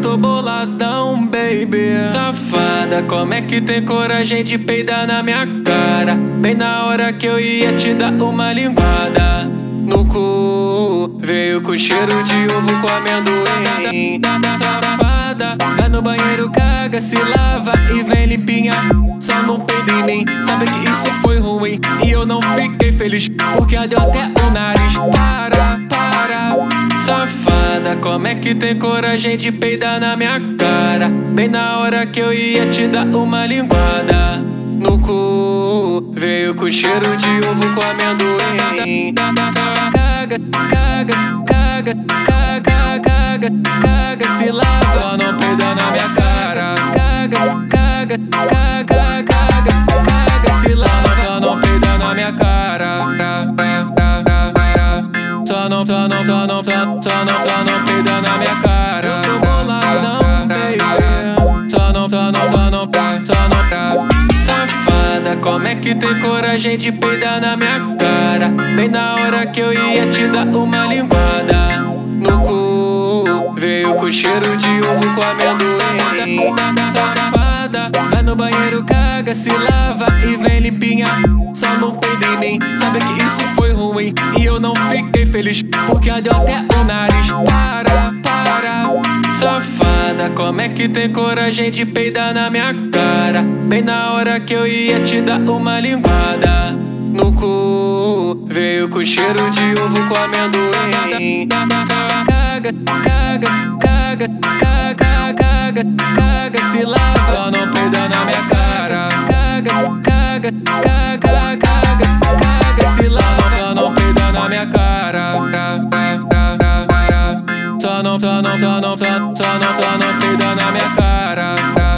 tô boladão, baby. Safada, como é que tem coragem de peidar na minha cara? Bem na hora que eu ia te dar uma linguada no cu, veio com cheiro de ovo com amendoim. Safada, vai no banheiro, caga, se lava e vem limpinha. Só não peida em mim, sabe que isso foi ruim. E eu não fiquei feliz, porque ardeu até o nariz. Para. Safada, como é que tem coragem de peidar na minha cara? Bem na hora que eu ia te dar uma linguada no cu, veio com cheiro de ovo com amendoim. Caga, se lava, só não peida na minha cara. Caga, se lava, só não peida na minha cara. Só não peida na minha cara. Eu tô boladão, baby. Só não. Safada, como é que tem coragem de peidar na minha cara? Bem na hora que eu ia te dar uma linguada no cu, veio com cheiro de ovo com amendoim. Safada, vai no banheiro, caga, se lava e vem limpinha. Só não peida em mim, sabe que isso foi ruim. E eu não fiquei feliz, porque ardeu até o nariz. Para. Safada, como é que tem coragem de peidar na minha cara? Bem na hora que eu ia te dar uma linguada no cu, veio com cheiro de ovo com amendoim. Caga, se lava, só não peida na minha cara. Caga, se lava, só não peida na minha cara. Só não peida na minha cara.